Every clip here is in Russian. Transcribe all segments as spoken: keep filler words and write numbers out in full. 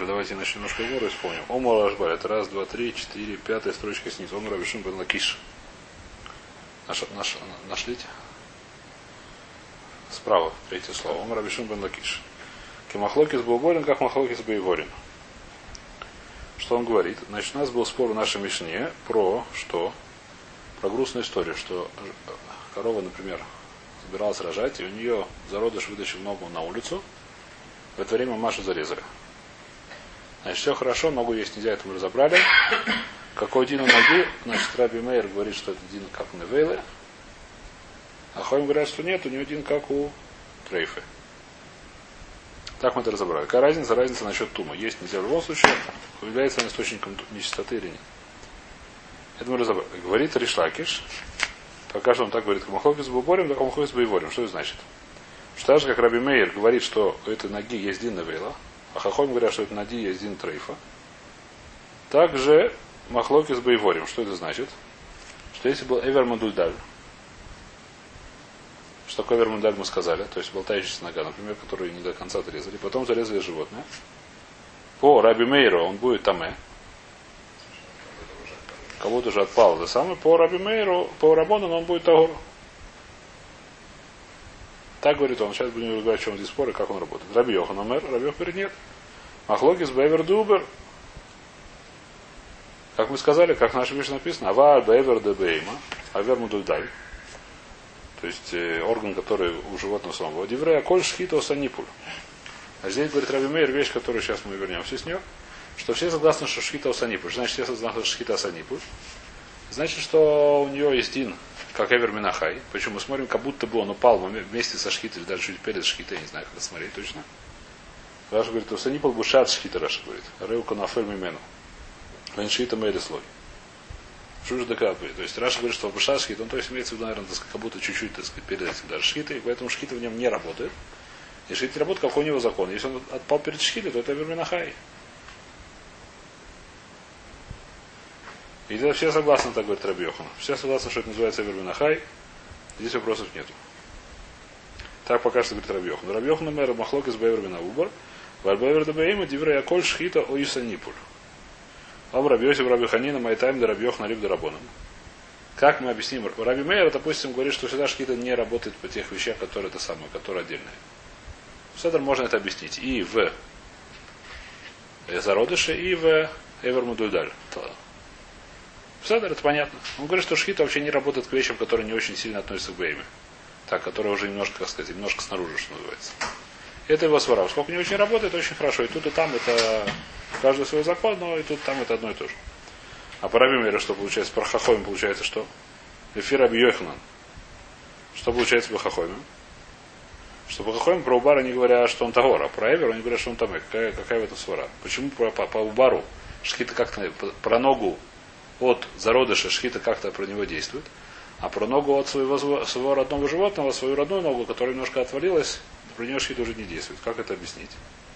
Омар, давайте начнем немножко гору исполним. Омар Ашбаль, это раз, два, три, четыре, пятая строчка снизу. Омар Абишим бен Лакиш. Наш, наш, нашлите? Справа, третье слово. Омар Абишим бен Лакиш. Кемахлокис был болен, как Махлокис Бейворин. Что он говорит? Значит, у нас был спор в нашей Мишне про что? Про грустную историю, что корова, например, собиралась рожать, и у нее зародыш вытащил ногу на улицу. В это время Машу зарезали. Значит, все хорошо, ногу есть нельзя, это мы разобрали. Какой дин у ноги? Значит, Раби Мейер говорит, что это дин как у Невейлы. А Хоим говорят, что нет, у него дин как у Трейфы. Так мы это разобрали. Какая разница? Разница насчет тума. Есть нельзя в любом случае, является он источником нечистоты или нет. Это мы разобрали. Говорит Ришлакиш. Пока что он так говорит, Камахлокис Буборим, да Камахлокис Бейворим. Что это значит? Что так же, как Раби Мейер говорит, что у этой ноги есть дин Невейла, а Хахом говорят, что это ноги есть дин Трейфа. Также Махлокис Бейворим. Что это значит? Что если был Эвер Мандульдаль, что такое Эвер Мандульдаль мы сказали, то есть болтающаяся нога, например, которую не до конца отрезали, потом зарезали животное. По Раби Мейеру он будет Таме. Кого-то уже отпал. Да самое по Раби Мейеру, по Рабону он будет Тагор. Так говорит он. Сейчас будем говорить, о чем здесь споры, как он работает. Раби Йохан Омер, Раби Йохан говорит, нет. Махлокис Бевер Дубер. Как мы сказали, как в нашей Мишне написано, Авар Бевер де Бейма, Авер Мудульдаль. То есть э, орган, который у животного самого. Диврея Коль Шхита Санипуль. А здесь говорит Раби Мейер вещь, которую сейчас мы вернемся с нее, что все согласны, что Шхита Санипуль. Значит, все согласны, что Шхита Санипуль. Значит, что у нее есть дин, как Эвер Минахай. Почему мы смотрим, как будто бы он упал вместе со Шхитой, или даже чуть перед Шхитой, я не знаю, как это смотреть точно. Раша говорит, у Санипул Бушат Шхита, Раша говорит. Реука Нафель Мимену. Веншита Мейли слой. Шуж докапывает. То есть Раша говорит, что Бушат Шхита, он то есть имеется в виду, наверное, как будто чуть-чуть, так сказать, перед этим даже Шхитой, поэтому Шхита в нем не работает. И Шхита работает, какой у него закон. Если он отпал перед Шхитой, то это Эвер Минахай. И это все согласны, так говорит Раби Йохан. Все согласны, что это называется Эвер Минахай. Здесь вопросов нету. Так пока что говорит Раби Йохан. Раби Йохан мэр Махлокис Бевер Минаубар. Вальбевер Дебеима Диврея Коль Шхита Оисанипуль. Об Раби Йосиф Раби Ханина Майтайм да Раби Йохан Риб Дарабоном. Как мы объясним? Раби Мейер, допустим, говорит, что всегда Шхита не работает по тех вещах, которые это самое, которые отдельные. В Седер можно это объяснить. И в зародыше, и в Эвер Мудульдаль. Седер, это понятно. Он говорит, что Шхита вообще не работает к вещам, которые не очень сильно относятся к Бейме. Так, которые уже немножко, как сказать, немножко снаружи, что называется. Это его свара. Сколько не очень работает, очень хорошо. И тут, и там это каждый свой закон, но и тут, и там это одно и то же. А по Раби Мейеру что получается? Про Хахоим получается что? Эфир Раби Йоханан. Что получается по Хахоиме? Что по Хахоим про Убара не говорят, что он Тагор, а про Эвер они говорят, что он Тамэ. Какая, какая в этом свара? Почему по, по, по Убару Шхита как-то про ногу от зародыша Шхита как-то про него действует, а про ногу от своего, своего родного животного, свою родную ногу, которая немножко отвалилась, про нее Шхита уже не действует. Как это объяснить?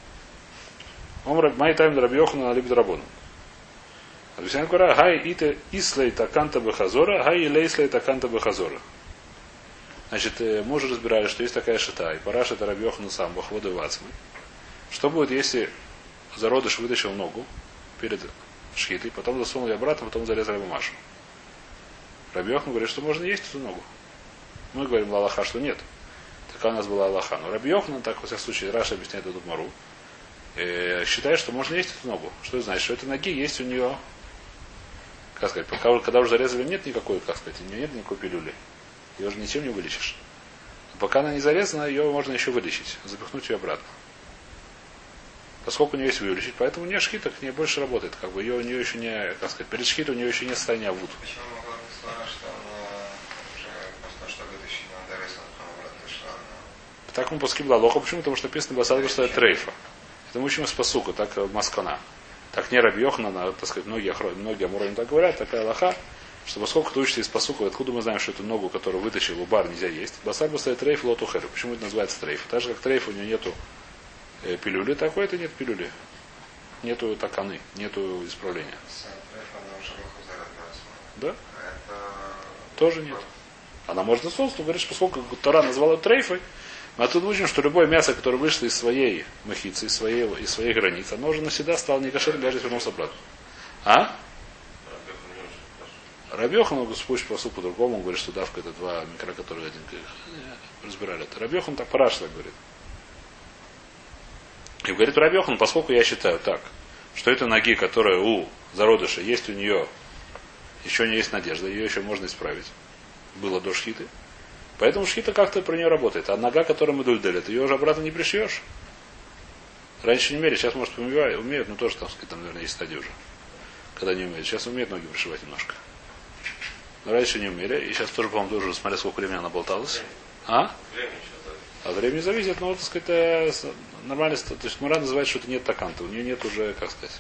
Май тайм Раби Йоханан алиб драбону. Объясняет Гора, гай ите ислей таканта бехазора, гай илейслей таканта бехазора. Значит, мы уже разбирали, что есть такая шита, и параш это Раби Йоханан сам, бахводы вацмы. Что будет, если зародыш вытащил ногу перед Шхитой, потом засунул ее обратно, потом зарезали Машу? Раби Йоханан говорит, что можно есть эту ногу. Мы говорим Аллаха, что нет. Такая у нас была Аллаха. Но Раби Йоханан, так во всяком случае, Раша объясняет эту Мару, э, считает, что можно есть эту ногу. Что это значит? Что этой ноги есть у нее, как сказать, пока, когда уже зарезали, нет никакой, как сказать, у нее нет никакой пилюли. Ее уже ничем не вылечишь. А пока она не зарезана, ее можно еще вылечить, запихнуть ее обратно. Поскольку у нее есть вылечить, поэтому у нее шхита к ней больше работает. Как бы ее у нее еще не, как сказать, перед шхитой у нее еще нет состояния авут. Почему могла быть слова, что она уже после что вытащена, дорезана, обратно шла? Так мы пуским лалоха. Почему? Потому что написано басадка, что это трейфа. Это мы учим из пасука, так маскана. Так не Раби Йоханан, так сказать, многие, многие амураим так говорят, такая лоха, что поскольку ты учишься из пасука, откуда мы знаем, что эту ногу, которую вытащил убар, нельзя есть. Басар басадка трейф лотухер. Почему это называется трейф? Так же, как трейф, у нее нету э, пилюли, такой это нет пилюли. Нету таканы, нету исправления. Да? Это... Тоже нет. Она может засунуться, но говоришь, поскольку Тора назвала трейфой, А тут учим, что любое мясо, которое вышло из своей махицы, из своей, из своей границы, оно уже навсегда стало не кошерным, даже если вернулся обратно. А? Рабьехан, он спустит посуд по-другому, он говорит, что давка это два микро, которые один разбирали это. Рабьехан так параш так говорит. И говорит Рабьехан, поскольку я считаю так, что это ноги, которая у зародыша есть у нее, еще не есть надежда, ее еще можно исправить. Было до шхиты. Поэтому шхита как-то про нее работает. А нога, которую мы дульделит, ее уже обратно не пришьешь. Раньше не умели, сейчас, может, умеют, умеют, но тоже там, там, наверное, есть стадия уже. Когда не умеют. Сейчас умеют ноги пришивать немножко. Но раньше не умели. И сейчас тоже, по-моему, тоже смотря сколько времени она болталась. А? А времени зависит, но, так сказать, это нормально. То есть Мара называет, что это нет таканта. У нее нет уже, как сказать,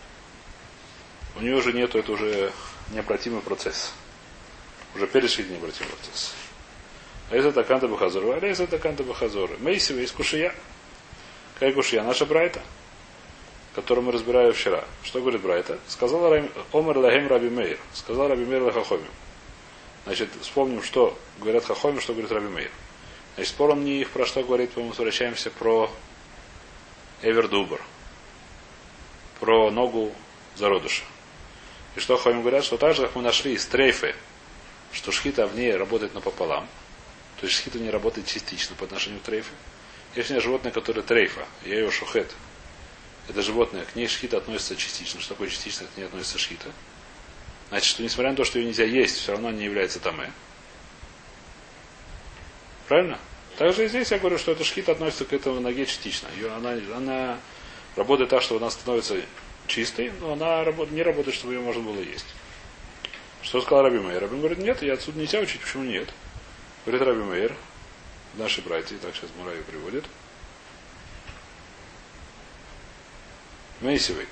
у нее уже нету, это уже необратимый процесс. Уже перешли необратимый процесс. А если таканта бахазор, а если таканта бахазор. Мейсива из кушия. Какая кушия? Наша брайта, которую мы разбирали вчера. Что говорит брайта? Сказал Омар Лагем Раби Мейр. Сказал Раби Мейр Лахахомим. Значит, вспомним, что говорят Хахомим, что говорит Раби Мейр. Значит, спор он не их про что говорит, мы возвращаемся про Эвердубер. Про ногу зародыша. И что Хахомим говорят, что так же, как мы нашли из трейфы, что шхита в ней работает напополам. То есть шхита не работает частично по отношению к трейфе. Есть животное, которое трейфа, я ее шухет. Это животное, к ней шхита относится частично. Что такое частично, к ней относится шхита. Значит, что несмотря на то, что ее нельзя есть, все равно не является тамэ. Правильно? Также и здесь я говорю, что эта шхита относится к этому ноге частично. Ее, она, она работает так, что она становится чистой, но она не работает, чтобы ее можно было есть. Что сказал Раби Мейр? Раби Мейр говорит, нет, я отсюда нельзя учить, почему нет? Говорит Раби Мейр, наши братья, так сейчас Мураю приводит. Мейсивый.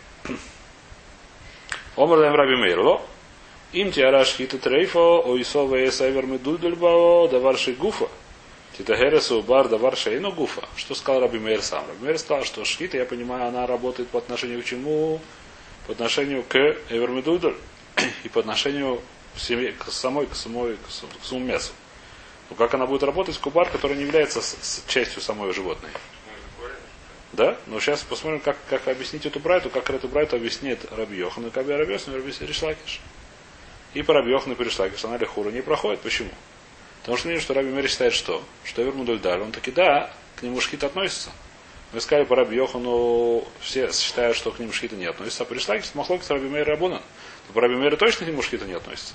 Омар даем Раби Мейр, ло? Им тиара шхита трейфо, ойсо вееса эвер медудульбао, даварши гуфа. Титахересу бар даварши ино гуфа. Что сказал Раби Мейр сам? Раби Мейр сказал, что шхита, я понимаю, она работает по отношению к чему? По отношению к эвер медудуль и по отношению к, семье, к самой, к самой, к самому мясу. Но как она будет работать, кубар, который не является с, с частью самой животной. Да? Но сейчас посмотрим, как, как объяснить эту брайту, как эту брайту объяснит Раби Йохан, и как Раби Йохан объяснит Ришлакиш. И по Раби Йохан и по Ришлакиш она лихура не проходит. Почему? Потому что, что Раби Мейр считает, что? Что Эвермудульдаль, он таки, да, к нему шхита относится. Мы сказали по Раби Йохану, все считают, что к нему шхита не относится, а по Ришлакиш махлокис Раби Мейр Рабунан. То по Раби Мейру точно к нему шхита не относится.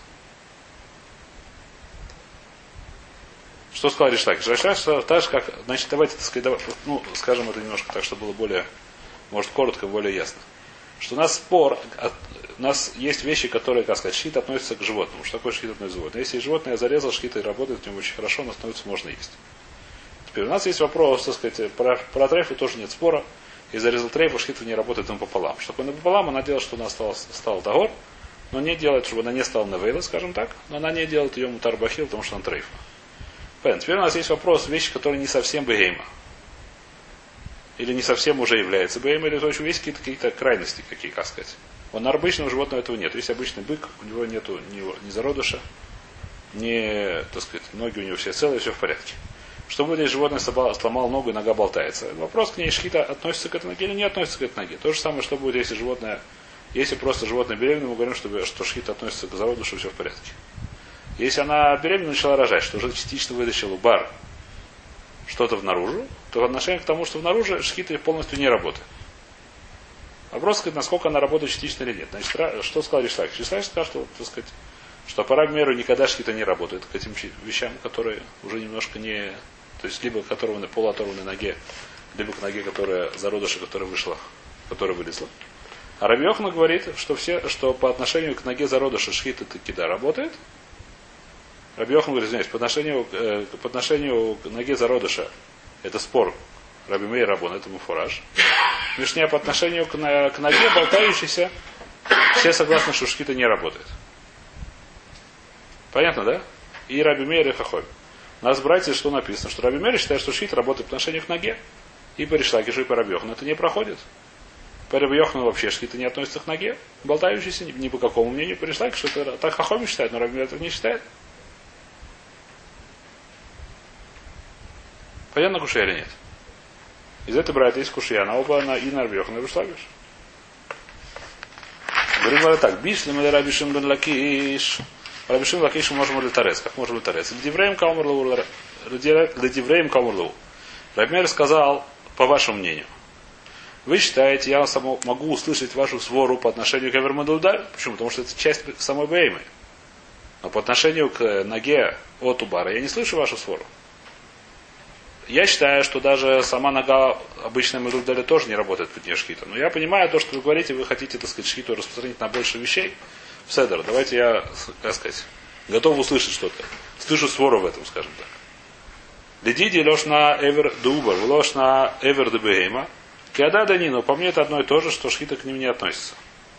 Что сказал Ришлакиш? Ришлакиш так же, как, значит, давайте, так сказать, давай, ну, скажем это немножко так, чтобы было более, может, коротко, более ясно. Что у нас спор, у нас есть вещи, которые, как сказать, шхит относятся к животному. Что такое шхит относится к животному? Если животное зарезал, шхит и работает в нем очень хорошо, но становится, можно есть. Теперь у нас есть вопрос, так сказать, про, про трейфу тоже нет спора. И зарезал трейфу, шхит не работает напополам. Что такое напополам? Она делает, что у нас стал, стал дагор, но не делает, чтобы она не стала навейла, скажем так, но она не делает ее мутарбахил, потому что она трейфа. Понятно. Теперь у нас есть вопрос, вещи, которые не совсем бегейма. Или не совсем уже является бегейма, или то есть есть какие-то, какие-то крайности, какие, как сказать. У обычного животного этого нет. Есть обычный бык, у него нету ни, ни зародыша, ни, так сказать, ноги у него все целые, все в порядке. Что будет, если животное сломало ногу и нога болтается? Вопрос к ней, шхита относится к этой ноге или не относится к этой ноге. То же самое, что будет, если животное, если просто животное беременное, мы говорим, что, что шхита относится к зародышу, все в порядке. Если она беременна начала рожать, что уже частично вытащила бар что-то внаружи, то в отношении к тому, что внаружи, шхита полностью не работает. Вопрос, сказать, насколько она работает частично или нет. Значит, что сказал Ришлакиш? Ришлакиш сказал, что, так сказать, что по Раби никогда шхита не работает к этим вещам, которые уже немножко не... То есть, либо к оторванной, полуоторванной ноге, либо к ноге, которая зародыша, которая вышла, которая вылезла. А Раби Йохана говорит, что, все, что по отношению к ноге зародыша шхита таки да работает. Раби Йохан говорит, извиняюсь, по отношению, э, по отношению к ноге зародыша, это спор Раби Мейр Рабон, это муфураж. Мишня по отношению к, на, к ноге болтающейся, все согласны, что шхита не работает. Понятно, да? И Раби Мейр и Хахоль. У нас, братья, что написано? Что Раби Мейр считает, что шхита работает по отношению к ноге. И по Ришлакишу, и по Раби Йохану это не проходит. По Раби Йохану вообще шхита не относится к ноге, болтающейся, ни, ни по какому мнению. По Ришлакишу это так Хахоль считает, но Раби Мейр это не считает. Понятно, кушья или нет? Из этой брайта есть кушья, она оба на и на Раби Йохана вышла бишь. Говорим говорят так, биш ли мы Раби Шимон бен Лакиш. Раби Шимон Лакиш мы можем летарец. Как можем летарец? Ледивреем каумерлу. Ледивреем каумерлу. Раби Мейр сказал, по вашему мнению. Вы считаете, я само, могу услышать вашу свору по отношению к Эвермадулдар? Почему? Потому что это часть самой Беймы. Но по отношению к ноге от Убара я не слышу вашу свору. Я считаю, что даже сама нога обычной Мадульдаля тоже не работает под нее шхита. Но я понимаю то, что вы говорите, вы хотите, так сказать, шхиту распространить на больше вещей. В Седер, давайте я, как сказать, готов услышать что-то. Слышу свору в этом, скажем так. Ледиди леш на Эвер Дубар, леш на Эвер Дебейма. Киада Дани, но по мне это одно и то же, что шхита к ним не относится.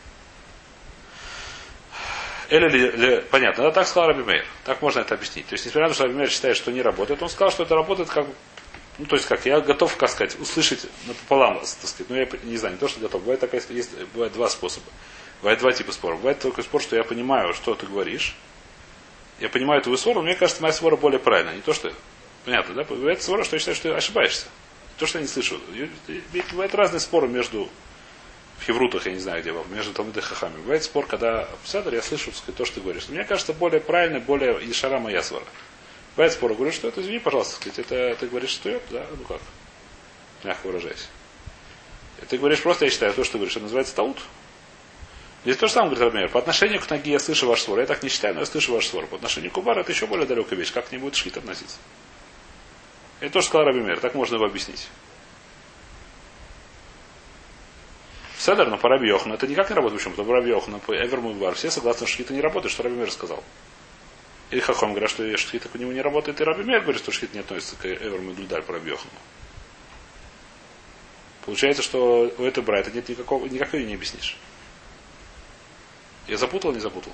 Или, понятно, да, так сказал Раби Мейр. Так можно это объяснить. То есть, несмотря на то, что Раби Мейр считает, что не работает, он сказал, что это работает как, ну, то есть как, я готов, как сказать, услышать напополам, так сказать, но я не знаю, не то, что готов. Бывает такая, есть, бывает два способа. Бывает два типа спора. Бывает только спор, что я понимаю, что ты говоришь. Я понимаю твою свору, но мне кажется, моя свора более правильная. Не то, что, понятно, да? Бывает свора, что я считаю, что ты ошибаешься. То, что я не слышу. Бывают разные споры между в Хеврутах, я не знаю где, между Талмидом и Хахами. Бывает спор, когда в Седер я слышу, сказать, то, что ты говоришь. Но мне кажется, более правильно, более Ешара моя свара. Бывает спор, я говорю, что это, извини, пожалуйста, сказать, это ты говоришь, что это, да, ну как, мягко выражаясь. И ты говоришь просто, я считаю, то, что ты говоришь, это называется таут. Здесь то же самое, говорит Рабмейр. По отношению к ноге я слышу ваш свор. Я так не считаю, но я слышу ваш свор. По отношению к Убару это еще более далекая вещь. Как к ней будет шхит относиться? Это тоже сказал Рабмейр. Так можно его объяснить. Седер, но по Раби Йохану это никак не работает. Почему? Потому что по Раби Йохану, по Эверму и Бар все согласны, что шхита не работает, что Раби Мейр сказал. Или Хахом говорят, что шхита к нему не работает, и Раби Мейр говорит, что шхита не относится к Эверму и Дульдаль по Раби Йохану. Получается, что у этой брайта нет никакого, никак ее не объяснишь. Я запутал или не запутал?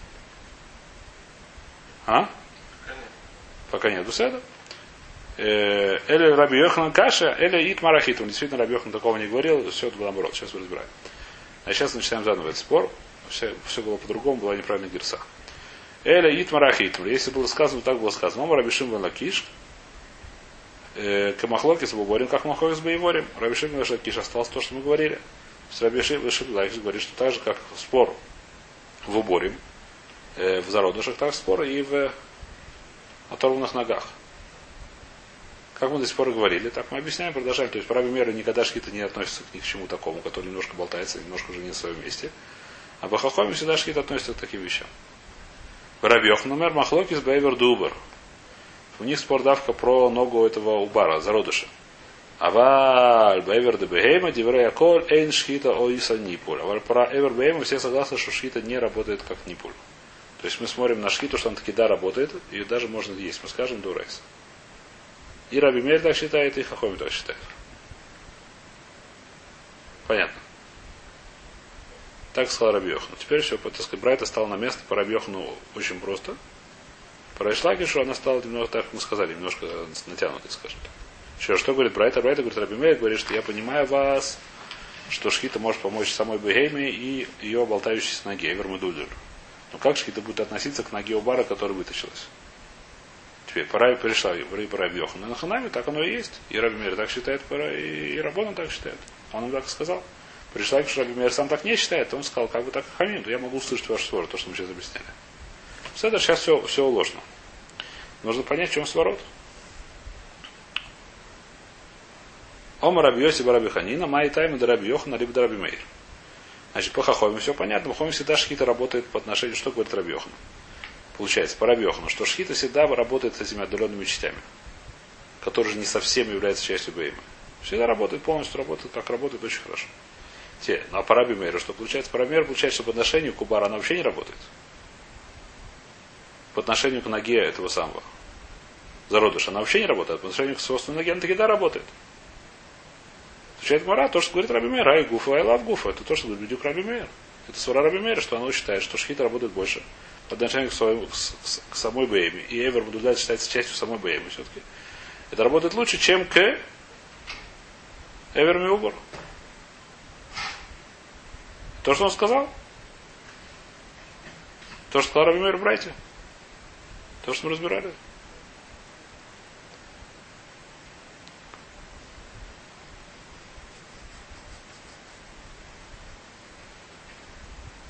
А? Пока нет. Дуседа. Или Раби Йохан Каша, или Ит Марахит. Он действительно Раби Йохан такого не говорил, все это было наоборот. Сейчас мы разбираем. А сейчас начинаем заново этот спор. Все, все было по-другому, была неправильная гирса. Или Ит Марахит. Если было сказано, так было сказано. Мама Раби Шимон Лакиш. Камахлокис Буборим, как Махлокис Бейворим. Раби Шимон Лакиш осталось то, что мы говорили. Раби Шимон Лакиш говорит, что так же, как спор в уборе, э, в зародышах, так споры и в оторванных ногах. Как мы до сих пор говорили, так мы объясняем, продолжаем. То есть, по Раби Мейру никогда шхита не относится ни к чему такому, который немножко болтается, немножко уже не в своем месте. А по Хахоме всегда шхита относится к таким вещам. Раби Йохан мер махлокис бейвер дубер. У них спор давка про ногу этого убара, зародыша. Аваль бейвер де бейма диврея коль эйн шхита оиса нипуль. Аваль про эвер бейма все согласны, что шхита не работает как нипуль. То есть мы смотрим на шхиту, что она таки да работает, и даже можно есть. Мы скажем дурайс. И Раби Мейр так считает, и Хахоми так считает. Понятно. Так сказал Раби Йохан. Теперь все, так сказать, Брайта стал на место по Раби Йохану очень просто. По Ишлакишу она стала немного, так мы сказали, немножко натянутой, скажем так. Еще что говорит Брайта? Брайта говорит, Раби Мейр говорит, что я понимаю вас, что шхита может помочь самой Бегейме и ее болтающейся ноге, Эвермедульдер. Но как шхита будет относиться к ноге Убара, которая вытащилась? Теперь пора пришла по Раби Йохану. На Ханаме так оно и есть. И Раби Мейр так считает, и Раббанан так считает. Он им так и сказал. Пришла, что Раби Мейр сам так не считает, он сказал, как бы так хамим, то я могу услышать вашу свору, то, что мы сейчас объясняли. Это сейчас все, все уложено. Нужно понять, в чем сворот. Ома Раби Йоси Раби Ханина, Май Тайма да Раби Йохана, либо да Раби Мейр. Значит, по Хахоме все понятно. В Хахоме всегда шхита работает по отношению, что говорит Раби Йохана. Получается, по Раби Йохану, что шхита всегда работает с этими отдаленными частями, которые же не совсем являются частью Бейма. Всегда работает, полностью работает, как работает, очень хорошо. Те, ну, а по Раби Мейру, что получается? По Раби Мейру получается, что по отношению к Убару она вообще не работает. По отношению к ноге этого самого зародыша она вообще не работает. По отношению к собственной ноге она таки да работает. Отвечает Мара, то, что говорит Раби Мейр, ай гуфа, ай лав гуфа. Это то, что говорит Бедюк Раби Мейр. Это свара Раби Мейра, что она считает, что шхита работает больше по отношению к, своему, к, к, к самой Бейме. И Эвер Будуляль считается частью самой Бейме все-таки. Это работает лучше, чем к Эвер Миубор. То, что он сказал. То, что сказал Раби Мейр в Брайте. То, что мы разбирали.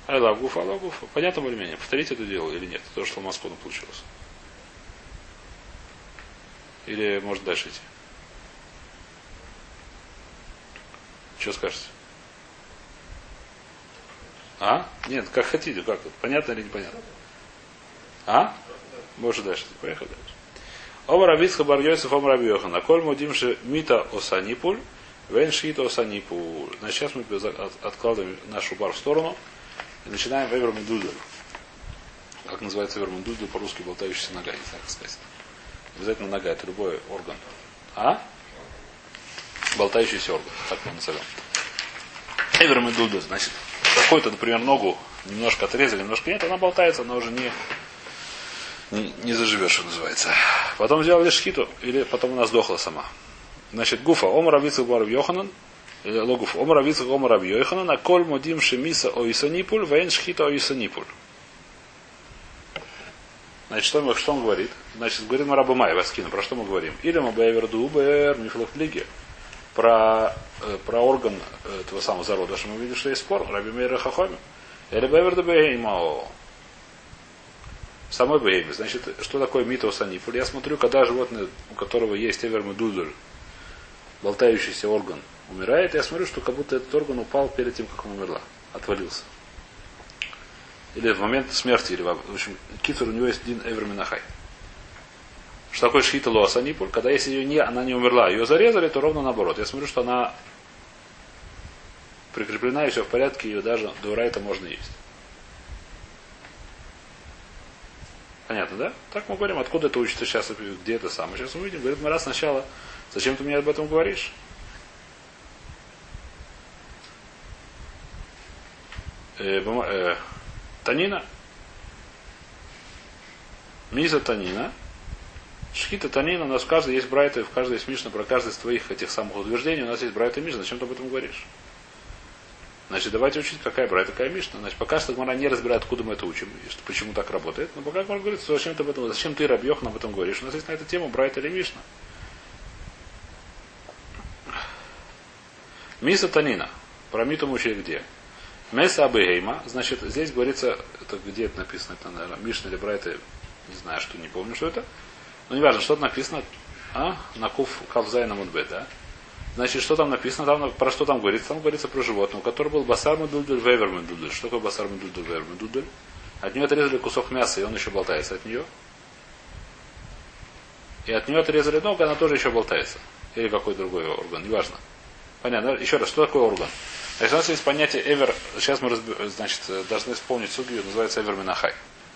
Айла гуфа, айла гуфа. Понятно более-менее? Повторить это дело или нет? То, что в Москву получилось. Или может дальше идти? Что скажете? А? Нет, как хотите, как тут? Понятно или непонятно? А? Может дальше. Поехали дальше. Ома Рабицха Барьёйцев, Ома Рабьёхана. Коль мудимши мита осанипуль, вен шита осанипуль. Значит, сейчас мы откладываем нашу бар в сторону и начинаем Эвер Медульдер. Как называется Эвер Медульдер по-русски болтающаяся нога, не знаю, как сказать. Обязательно нога, это любой орган. А? Болтающийся орган, так мы назовем. Эвер Медульдер, значит, какую-то, например, ногу немножко отрезали, немножко нет, она болтается, она уже не, не, не заживет, что называется. Потом сделали шхиту, или потом она сдохла сама. Значит, гуфа, омар авицах бараб Йоханан, или логуф, омар авицах омар раб Йоханан, а коль модим шемиса оисанипуль, вейн шхита оисанипуль. Значит, что, мы, что он говорит? Значит, говорит Мараба Май, Васкина, про что мы говорим? Или мы бэверду убэр мифлахлиги. Про, э, про орган э, этого самого зарода, что мы видим, что есть спор. Раби Мейра Хахоми. Или бэверду бэймао. Самой бэйме. Значит, что такое митоусанипуль? Я смотрю, когда животное, у которого есть эвермедудуль, болтающийся орган, умирает, я смотрю, что как будто этот орган упал перед тем, как он умерла. Отвалился. Или в момент смерти, или в общем, китер у него есть один эверминахай. Что такое шхита лоасанипуль? Когда если ее не, она не умерла, ее зарезали, то ровно наоборот. Я смотрю, что она прикреплена и все в порядке, ее даже до райта можно есть. Понятно, да? Так мы говорим, откуда это учится сейчас, где это самое. Сейчас увидим. Говорит, мы раз сначала, зачем ты мне об этом говоришь? Э, э, танина. Миза танина. Шхита танина, у нас в каждой есть брайта, в каждой есть мишна, про каждое из твоих этих самых утверждений у нас есть брайта и мишна. Зачем ты об этом говоришь? Значит, давайте учить, какая брайта, какая мишна. Значит, пока что Гмара не разбирает, откуда мы это учим, и что, почему так работает. Но пока Гмара говорит, зачем ты об этом, зачем ты, Раб Йохан, об этом говоришь? У нас есть на эту тему брайта или мишна. Миса танина. Про миту мы учили где? Меса абейма. Значит, здесь говорится, это где это написано, это, наверное, мишна или брайта, не знаю, что, не помню, что это. Ну, не важно, что там написано, а? На куф кавзай на мудбет, да? Значит, что там написано, там, про что там говорится? Там говорится про животное, у которого был басар медульдуль, вевер медульдуль. Что такое басар медульдуль, вевер медульдуль? От нее отрезали кусок мяса, и он еще болтается от нее. И от нее отрезали ногу, она тоже еще болтается. Или какой-то другой орган, неважно. Понятно. Еще раз, что такое орган? Значит, у нас есть понятие эвер, сейчас мы разб... значит, должны вспомнить судью, называется эвер минахай.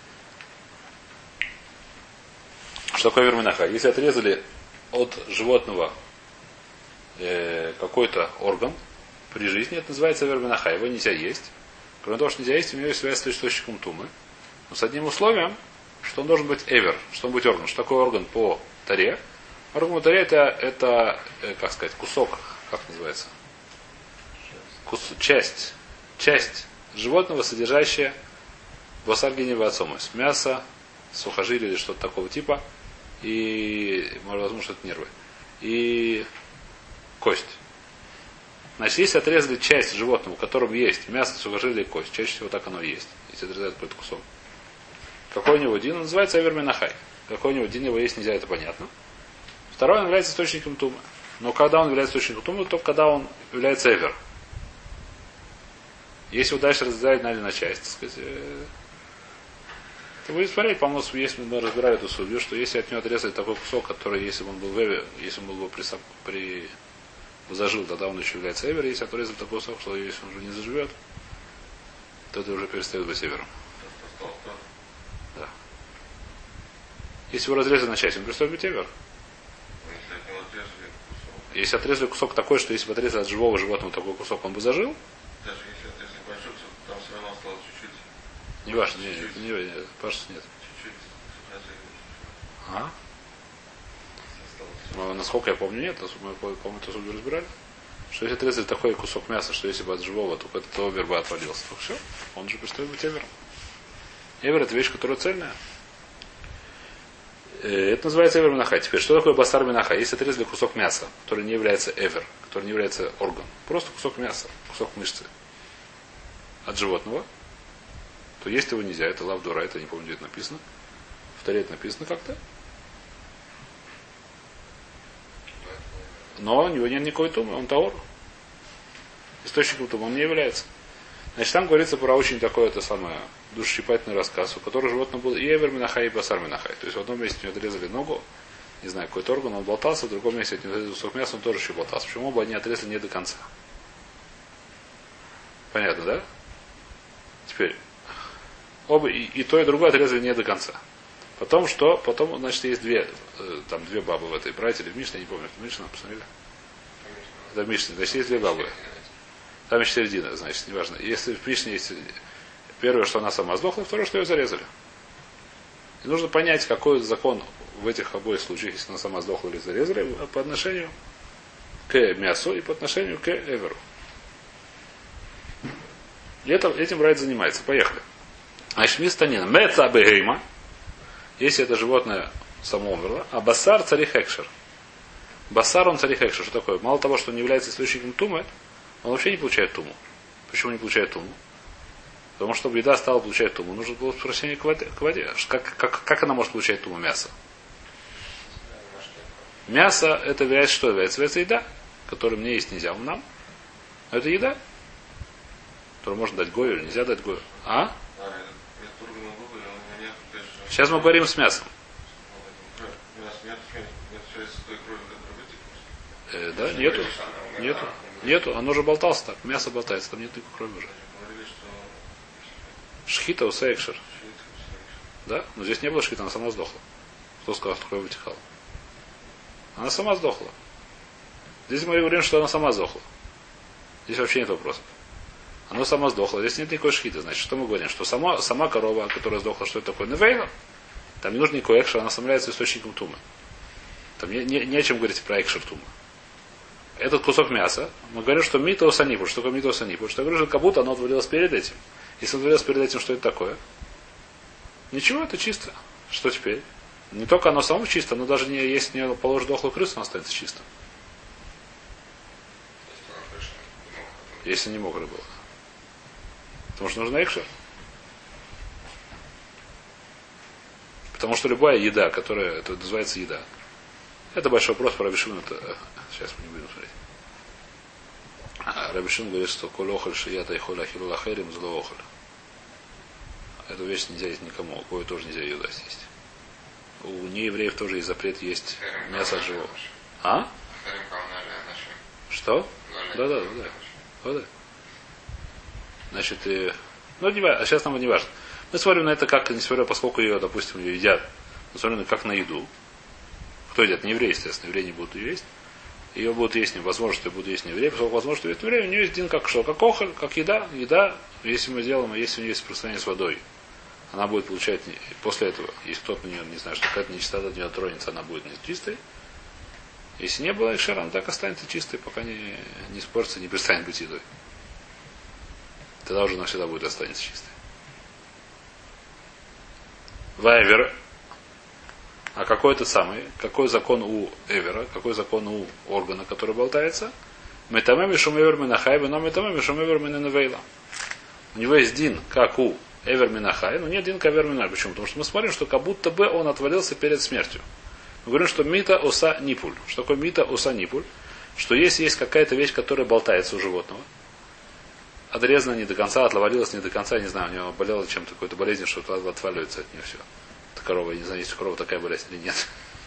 Что такое верминаха? Если отрезали от животного э, какой-то орган при жизни, это называется верминаха. Его нельзя есть. Кроме того, что нельзя есть, у него есть связь с источником тумы. Но с одним условием, что он должен быть эвер, что он будет орган. Что такое орган по таре? Орган по таре это, это э, как сказать, кусок, как называется? Кус, часть. Часть животного, содержащая басаргинева отцомость. Мясо, сухожилие или что-то такого типа. И, возможно, что это нервы. И кость. Значит, если отрезали часть животного, у которого есть мясо, сухожилие и кость, чаще всего так оно и есть, если отрезают какой-то кусок. Какой у него дин? Он называется эверминахай. Какой у него дин, его есть нельзя, это понятно. Второй, он является источником тумы. Но когда он является источником тумы, то когда он является эвер. Если его дальше разделять на, на часть, так сказать, это будет смотреть, по-моему, если мы разбирали эту судью, что если от него отрезать такой кусок, который, если бы он был в эвер, если он был бы при, при зажил, тогда он еще является эвер, если отрезать такой кусок, что если он уже не заживет, то это уже перестает быть эвером. Да. Если его разрезали на часть, он перестает быть эвер. Если отрезали кусок такой, что если бы отрезали от живого животного такой кусок, он бы зажил. Даже если отрезали большой кусок, там все равно осталось чуть-чуть. Не важно, не, не, не, не, кажется, нет. Чуть-чуть. А? Ну, насколько я помню, нет. Мы, по-моему, эту судью разбирали. Что если отрезали такой кусок мяса, что если бы от живого, то этот овер бы отвалился, то все. Он же перестает быть эвером. Эвер это вещь, которая цельная. Это называется эвер минаха. Теперь, что такое басар минаха? Если отрезали кусок мяса, который не является эвер, который не является орган, просто кусок мяса, кусок мышцы от животного, то есть его нельзя. Это лавдура, это не помню, где это написано. В Торе это написано как-то. Но у него нет никакой тумы, он таор. Источником тумы он не является. Значит, там говорится про очень такое это самое душесчипательный рассказ, у которого животное было и эвер минахай, и басар минахай. То есть в одном месте у него отрезали ногу, не знаю, какой-то орган, он болтался, в другом месте от него отрезали кусок мяса, он тоже еще болтался. Почему оба они отрезали не до конца? Понятно, да? Теперь. Оба, и, и то, и другое отрезали не до конца. Потом что? Потом, значит, есть две, э, там две бабы в этой братья или в Мишне, я не помню, в Мишне посмотрели? Да, в Мишне. Значит, есть две бабы. Там есть середина, значит, неважно. Если в Мишне есть первое, что она сама сдохла, второе, что ее зарезали. И нужно понять, какой закон в этих обоих случаях, если она сама сдохла или зарезали, по отношению к мясу и по отношению к эверу. И это, этим Райт занимается. Поехали. Значит, мистанина. Меца бегейма. Если это животное само умерло. А басар царих экшер. Басар он царих экшер. Что такое? Мало того, что он не является источником тумы, он вообще не получает туму. Почему не получает туму? Потому что чтобы еда стала получать туму, нужно было возвращение к воде. К воде. Как, как, как она может получать туму? Мясо. Мясо это является что? Является, является еда, которую мне есть нельзя нам. Но это еда, которую можно дать гою или нельзя дать гою. А? Сейчас мы говорим с мясом. Э, да, нету. Нету. Нету. Оно уже болтался так. Мясо болтается, там нет никакой крови уже. Шхита усейкшер. Да? Но здесь не было шхита, она сама сдохла. Кто сказал, что кровь вытекала? Она сама сдохла. Здесь мы говорим, что она сама сдохла. Здесь вообще нет вопросов. Она сама сдохла. Здесь нет никакой шхиты. Значит, что мы говорим? Что сама, сама корова, которая сдохла, что это такое? Невейла. Там не нужно никакой экшер, она сам является источником тумы. Там не, не, не о чем говорить про экшер тумы. Этот кусок мяса, мы говорим, что мито санипур. Что такое мито санипур? Что я говорю, что как будто оно отвалилось перед этим. Если отвалилось перед этим, что это такое? Ничего, это чисто. Что теперь? Не только оно само чисто, но даже не, если не положишь дохлую крысу, оно останется чисто. Если не мокрый был. Потому что нужно экшер. Потому что любая еда, которая, это называется еда. Это большой вопрос про Рабишин. Это, сейчас мы не будем смотреть. А, Рабишин говорит, что коль охоль шията и холя хилула херим зло охоль. Эту вещь нельзя есть никому. Кое тоже нельзя ее дать есть. У неевреев тоже есть запрет есть мясо от живого. А? Что? Да, да, да, да. да. Значит, и... ну, не важно, а сейчас нам не важно. Мы смотрим на это как, не смотря, поскольку ее, допустим, ее едят. Мы смотрим на как на еду. Кто едят? Не евреи, естественно. Евреи не будут ее есть. Ее будут есть, возможно, что ее будут есть не евреи, поскольку возможно, что есть евреи, у нее есть один как что? Как охоль, как еда. Еда, если мы делаем, если у нее есть соприкосновение с водой, она будет получать, после этого, если кто-то на нее, не знаю, что какая-то нечистота от нее тронется, она будет не чистой. Если не было экшера, она так останется чистой, пока не, не испортится, не перестанет быть едой. Тогда уже навсегда будет останется чистой. Вайвер. А какой это самый? Какой закон у эвера? Какой закон у органа, который болтается? Метамеми шумевер минахай, но метамеми шумевер минанавейла. У него есть дин, как у эвер минахай, но нет дин, как эвер минахай. Почему? Потому что мы смотрим, что как будто бы он отвалился перед смертью. Мы говорим, что мита оса нипуль. Что такое мита оса нипуль? Что если есть какая-то вещь, которая болтается у животного, отрезана не до конца, отвалилась не до конца, не знаю, у него болела чем-то, какой-то болезнью, что отваливается от нее все. Это корова, я не знаю, есть у коровы такая болезнь или нет.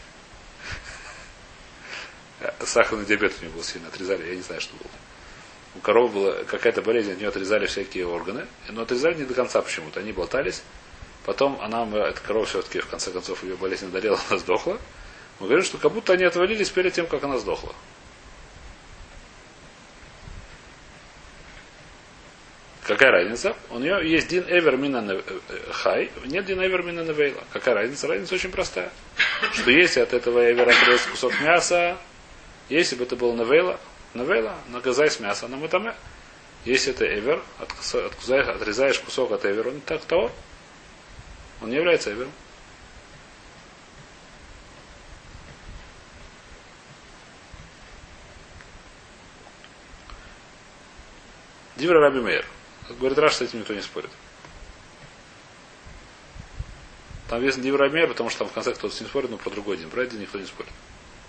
Сахарный диабет у него был сильно, отрезали, я не знаю, что было. У коровы была какая-то болезнь, от нее отрезали всякие органы, но отрезали не до конца почему-то, они болтались. Потом она, эта корова все-таки, в конце концов, ее болезнь одолела, она сдохла. Мы говорим, что как будто они отвалились перед тем, как она сдохла. Какая разница? У нее есть дин эвер мина хай, нет дин эвер мина невейла. Какая разница? Разница очень простая. Что если от этого эвера отрезать кусок мяса, если бы это было невейла, невейла, нагазай с мяса, на мытаме. Если это эвер, отрезаешь кусок от эвера, он так того, он не является эвером. Дивра Раби Мейер. Говорит, Раш, с этим никто не спорит. Там весь Див Рабимея, потому что там в конце кто-то с ним спорит, но про другой день. Про один никто не спорит.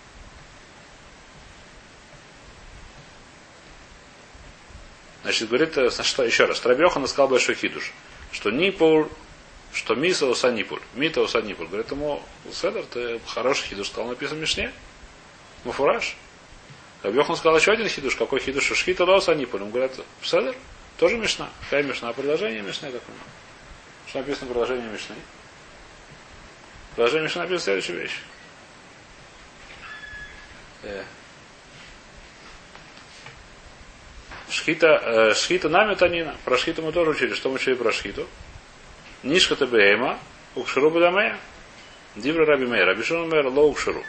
Значит, говорит, что еще раз, Раби Йоханан сказал большой хидуш, что Нипур, что Миса уса Нипур, Мита уса Нипур. Говорит ему, Седер, ты хороший хидуш сказал, написан в Мишне. Муфураж. Раби Йоханан сказал еще один хидуш, какой хидуш, что Шхита уса Нипур. Ему говорят, Седер, тоже Мишна. Какая Мишна? А предложение Мишны такое. Что написано предложение Мишны? Предложение Мишны написано следующая вещь. Шхита, э, шхита нами танина. Про шхиту мы тоже учили. Что мы учили про шхиту? Нишка табеема, укширу бадамея. Дивра раби мейр. Раби Шимон мейр ло укширу.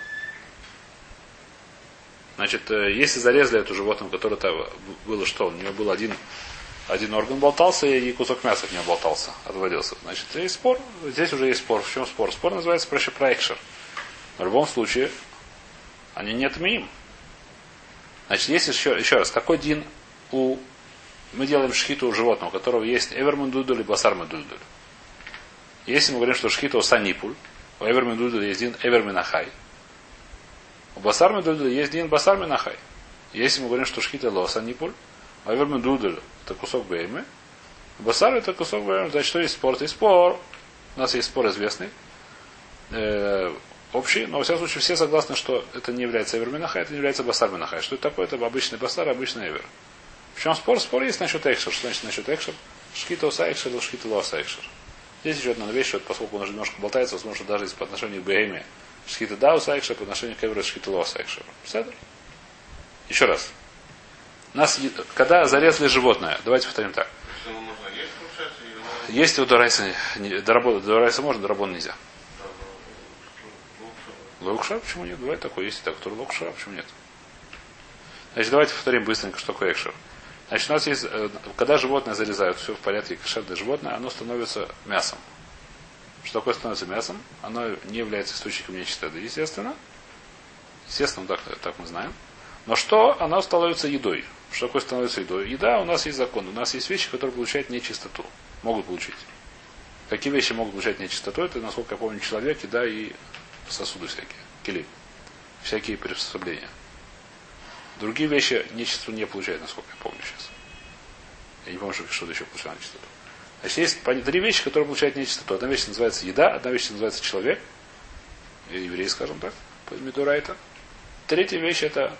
Значит, э, если зарезали эту животное, которое там было что? У нее был один, один орган болтался, и кусок мяса от нее болтался, отводился. Значит, есть спор. Здесь уже есть спор. В чем спор? Спор называется проще проекшер. В любом случае, они не отменим. Значит, если еще, еще раз, какой дин у... Мы делаем шхиту у животного, у которого есть эвермендудуль и басармендудуль. Если мы говорим, что шхита у санипуль, у эвермендудуля есть дин эверменахай. У басармендудуля есть дин басарменахай. Если мы говорим, что шхита ло санипуль, у эвермендудуль это кусок беймы, у басар это кусок беймы, значит, что есть спор? Есть спор. У нас есть спор известный. Э, общий, но во всяком случае все согласны, что это не является эверменахай, это не является басарменахай. Что это такое? Это обычный басар, обычный эвер. В чем спор? Спор есть насчет экшер. Что значит насчет экшер? Шхита уса экшер или шхита лоса экшер. Здесь еще одна вещь, что поскольку он уже немножко болтается, возможно, даже по отношению к бейме шхита да уса экшер, по отношению к эверу шхита лоса экшер. Седер? Еще раз. Нас, когда зарезали животное, давайте повторим так. Есть у Дорайса, Дорайса можно, Дорабон нельзя. Локша, почему нет? Бывает такое, есть и так, который локша, почему нет? Значит, давайте повторим быстренько, что такое экшер. Значит, у нас есть, когда животное зарезают, все в порядке, кошерное животное, оно становится мясом. Что такое становится мясом? Оно не является источником нечистоты, естественно. Естественно, так, так мы знаем. Но что? Оно становится едой. Что такое становится едой? Еда, у нас есть закон. У нас есть вещи, которые получают нечистоту. Могут получить. Какие вещи могут получать нечистоту? Это, насколько я помню, человек, еда и сосуды всякие. Кили. Всякие приспособления. Другие вещи нечистоту не получают, насколько я помню сейчас. Я не помню, что что-то еще получает нечистоту. Значит, есть три вещи, которые получают нечистоту. Одна вещь называется еда, одна вещь называется человек. Или еврей, скажем так, по Мидурайта. Третья вещь это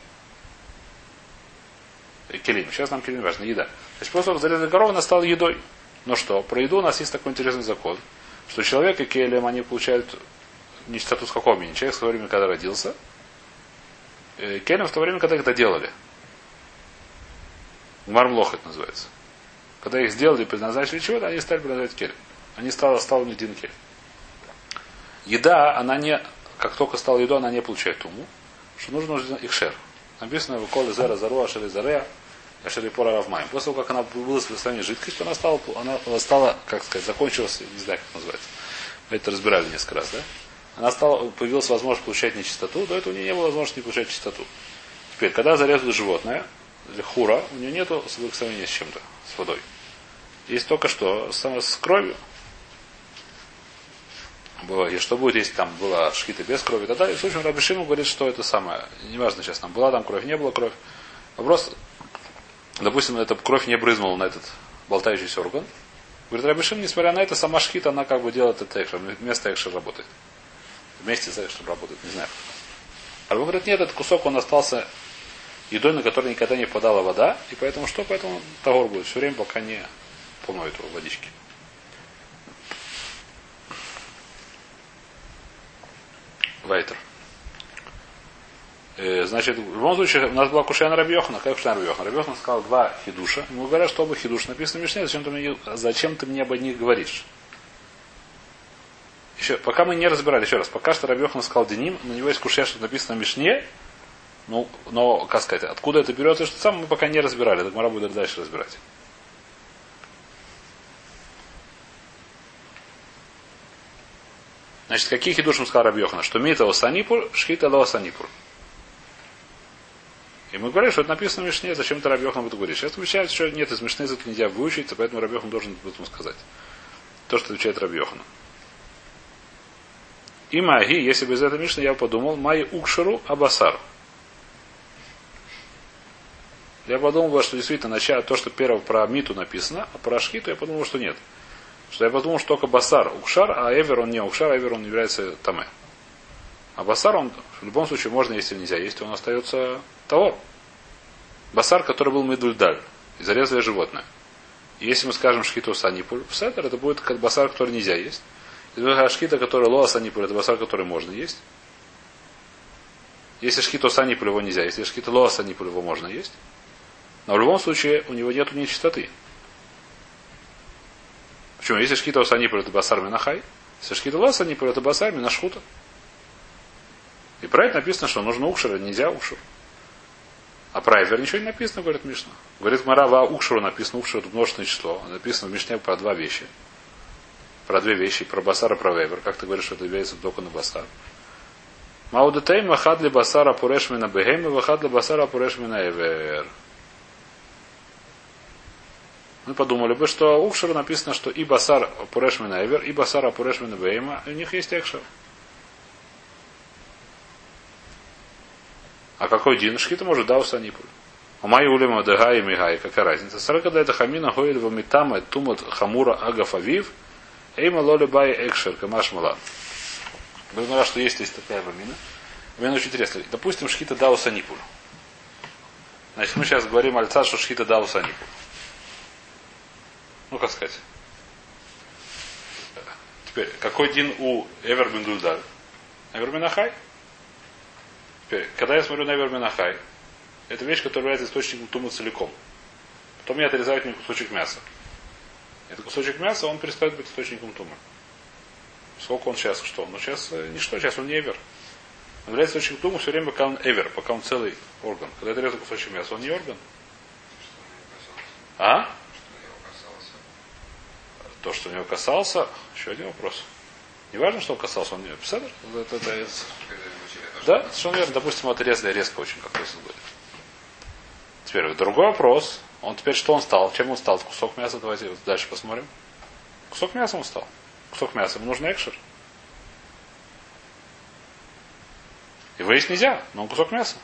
келим. Сейчас нам келим важно. Еда. Значит, после того, как зарезали корову, она стала едой. Но что? Про еду у нас есть такой интересный закон, что человек и келим, они получают нечистоту с какого времени? Человек с того времени, когда родился. Келем в то время, когда их доделали. Мармлох это называется. Когда их сделали и предназначили чего-то, они стали предназначать келем. Они стали, стал у них один келем. Еда, она не, как только стала едой, она не получает туму, что нужно ихшер. Написано в Коле Зера Зару Ашери Зарея Ашери Пора Равмаем. После того, как она была в состоянии жидкости, она стала, она стала, как сказать, закончилась, не знаю, как называется. Мы это разбирали несколько раз, да? Она стала, появилась возможность получать нечистоту, до этого у нее не было возможности не получать чистоту. Теперь, когда зарезали животное, или хура, у нее нету соприкосновения с чем-то, с водой. Есть только что, с, с кровью. Было, и что будет, если там была шхита без крови и так далее. В случае Раби Шимон говорит, что это самое, неважно сейчас там была там кровь, не была кровь. Вопрос, допустим, эта кровь не брызнула на этот болтающийся орган. Говорит, Раби Шимон, несмотря на это, сама шхита, она как бы делает это экшер, вместо экшер работает. Вместе с экшером работает, не знаю. А он говорит, нет, этот кусок, он остался едой, на который никогда не впадала вода, и поэтому что? Поэтому тагор будет все время, пока не помоют его водички. Вайтер. Э, значит, в любом случае, у нас была кушая на Раби Йохана. Как кушая на Раби Йохана? Раби Йохана сказал два хидуша. Ему говорят, что оба хидуша написано в Мишне, зачем ты мне, зачем ты мне об них говоришь? Еще, пока мы не разбирали, еще раз, пока что Раби Йохана сказал Деним, на него есть кушая, что написано в Мишне, ну, но, как сказать, откуда это берется, что сам мы пока не разбирали, так Мара будет дальше разбирать. Значит, какие хидушим сказал Раби Йохана? Что мита осанипур, шхита ло осанипур. И мы говорим, что это написано в Мишне, зачем ты Раби Йохана будет говорить. Сейчас отвечает, что нет, из Мишны это нельзя выучить, поэтому Раби Йохан должен об этом сказать. То, что отвечает Раби Йохана. И маги, если бы из этой Мишны я подумал, май укшеру абасар. Я подумал, что действительно начало, то, что первое про миту написано, а про шхиту я подумал, что нет. Что я подумал, что только басар укшар, а эвер он не укшар, а эвер он является таме. А басар он в любом случае можно есть или нельзя есть, он остается того. Басар, который был медульдаль, зарезанное животное. И если мы скажем шхиту санипуль, в сетер, это будет как басар, который нельзя есть. Если шхита, который лоа санипуль, это басар, который можно есть. Если шхиту санипуль, его нельзя есть. Если шхита лоа санипуль, его можно есть. Но в любом случае у него нет нечистоты. Почему? Если шхита санипуль, это басар минахай. Если шхита лоа санипуль, это басар минашхута. И про это написано, что нужно укшер, нельзя укшер. А про эвер ничего не написано, говорит Мишна. Говорит Марава, укшеру написано, укшер это множественное число. Написано в Мишне про два вещи. Про две вещи, про басар и про эвер. Как ты говоришь, что это является только на басар. Маудетейм вахадли басара пурешмина бегейм и вахадли басара пурешмина эвер. Мы подумали бы, что у Укшера написано, что и басар пурешмина эвер, и басар пурешмина бейма, у них есть экшер. А какой дин? Шхита может да усанипуль. А мои улема дега и мигай, какая разница? Сарака да это хамина хойль вамитама тумат хамура агаф авив, эйма лоли бай экшер, камаш мала. Вы знаете, что есть здесь такая вамина. Вамина очень интересно. Допустим, шхита да усанипуль. Значит, мы сейчас говорим альца, что шхита да усанипуль. Ну, как сказать. Теперь, какой дин у Эвер бен Дульдаль? Эвер бен Ахай? Теперь, когда я смотрю на Эвер бен Ахай, это вещь, которая является источником тума целиком. Потом я отрезаю от нее кусочек мяса. Этот кусочек мяса, он перестает быть источником тума. Сколько он сейчас, что? Ну, сейчас ничто, сейчас он не Эвер. Он является источником тума все время, пока он Эвер, пока он целый орган. Когда я отрезаю кусочек мяса, он не орган. А? То, что у него касался, еще один вопрос. Не важно, что он касался, он не писал. Это, это, это, да, совершенно верно. Допустим, отрезали резко очень, как если будет. Теперь другой вопрос. Он теперь что он стал? Чем он стал? Кусок мяса. Давайте дальше посмотрим. Кусок мяса он стал. Кусок мяса. Ему нужен экшер. Его есть нельзя, но он кусок мяса.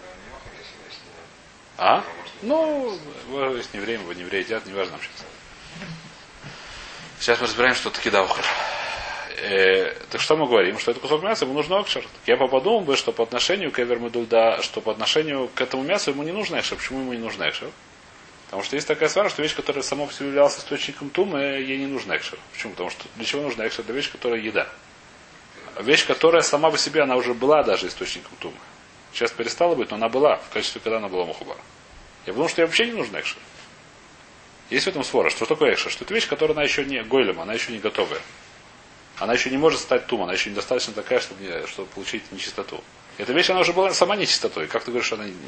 А? Ну, есть не время, вы не евреи едят, не важно нам сейчас. Сейчас мы разбираем, что таки даухар. Э, так что мы говорим? Что это кусок мяса, ему нужен экшер. Я бы подумал бы, что по отношению к Эвермедульда, что по отношению к этому мясу ему не нужен экшер. Почему ему не нужен экшер? Потому что есть такая свара, что вещь, которая сама по себе являлась источником тума, ей не нужен экшер. Почему? Потому что для чего нужна экшер? Для вещи, которая еда. Вещь, которая сама по себе, она уже была даже источником тума. Сейчас перестала быть, но она была, в качестве, когда она была мухубар. Я подумал, что ей вообще не нужен экшер. Есть в этом свора. Что такое экшер? Что это вещь, которая она еще не гойлем, она еще не готовая. Она еще не может стать тум, она еще недостаточно такая, чтобы, не, чтобы получить нечистоту. Эта вещь, она уже была сама нечистотой. Как ты говоришь, что она не...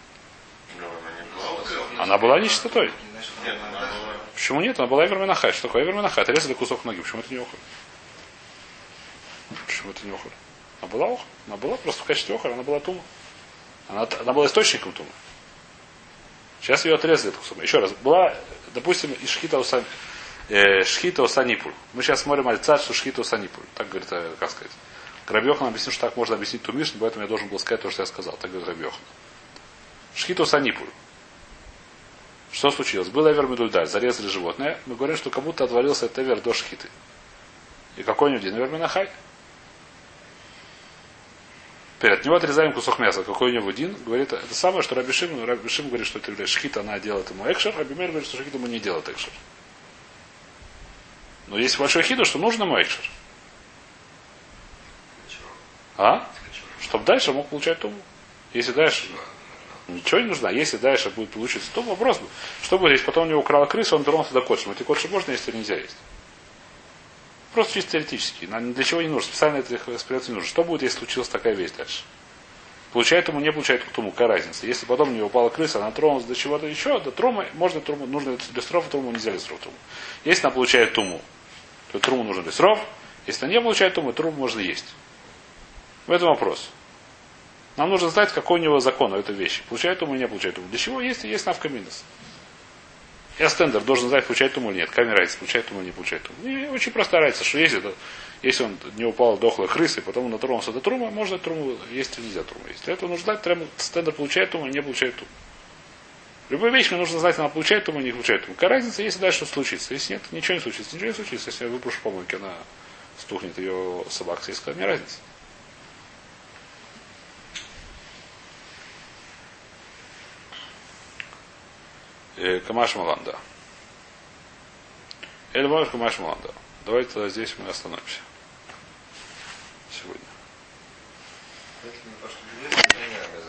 Она была нечистотой. Почему нет? Она была эверменахай. Что такое эверменахай? Отрезали кусок ноги. Почему это не охоль? Почему это не охоль? Она была охоль. Она была просто в качестве охоль, она была тума. Она, она была источником тума. Сейчас ее отрезали этот кусок. Еще раз. Была, допустим, из шхита усан, э, шхита усанипуль. Мы сейчас смотрим альцат, что шхита усанипуль. Так говорит, э, как сказать. Рабьехан объяснил, что так можно объяснить ту Мишну, поэтому я должен был сказать то, что я сказал. Так говорит Рабьехан. Шхита усанипуль. Что случилось? Был эвер медульдаль, зарезали животное. Мы говорим, что как будто отвалился этот эвер до шхиты. И какой у него дин? Эвер минахай. Теперь от него отрезаем кусок мяса. Какой у него дин? Говорит, это самое, что Раби Шимон, Раби Шимон говорит, что это является шхита, она делает ему экшер, Раби Мейр говорит, что шхита ему не делает экшер. Но есть большой хиду, что нужно ему экшер. А? Чтобы дальше мог получать туму. Если дальше ничего не нужно, а если дальше будет получиться туму, вопрос был. Что будет, если потом у него украла крыса, он тронулся до котши. Эти котши можно есть или нельзя есть? Просто чисто теоретически. Для чего не нужно? Специально это эксперимент не нужно. Что будет, если случилась такая вещь дальше? Получает ему, не получает туму. Какая разница? Если потом у него упала крыса, она тронулась до чего-то еще, до трумы, можно труму, нужно без тров, труму нельзя без тров труму. Если она получает туму, то труму нужно без тров. Если она не получает туму, труму можно есть. В этом вопрос. Нам нужно знать, какой у него закон у этой вещи. Получает туму или не получает туму. Для чего есть? Есть навкаминус. Я стендер должен знать, получает туму или нет. Камера разница, получает туму или не получает туму. И очень простая разница, что если, это, если он не упала дохлая крыса, и потом он натронулся до трума, можно труму есть или нельзя труму есть. Для этого нужно знать, трему, стендер получает туму или не получает туму. Любую вещь мне нужно знать, она получает туму или не получает туму. Какая разница, если дальше что случится. Если нет, ничего не случится. Ничего не случится. Если я выпущу помойки, она стухнет, ее собака съест. Какая мне разница. Камаш Маланда. Эль Мойр Камаш Маланда. Давайте тогда здесь мы остановимся. Сегодня. Если не то, что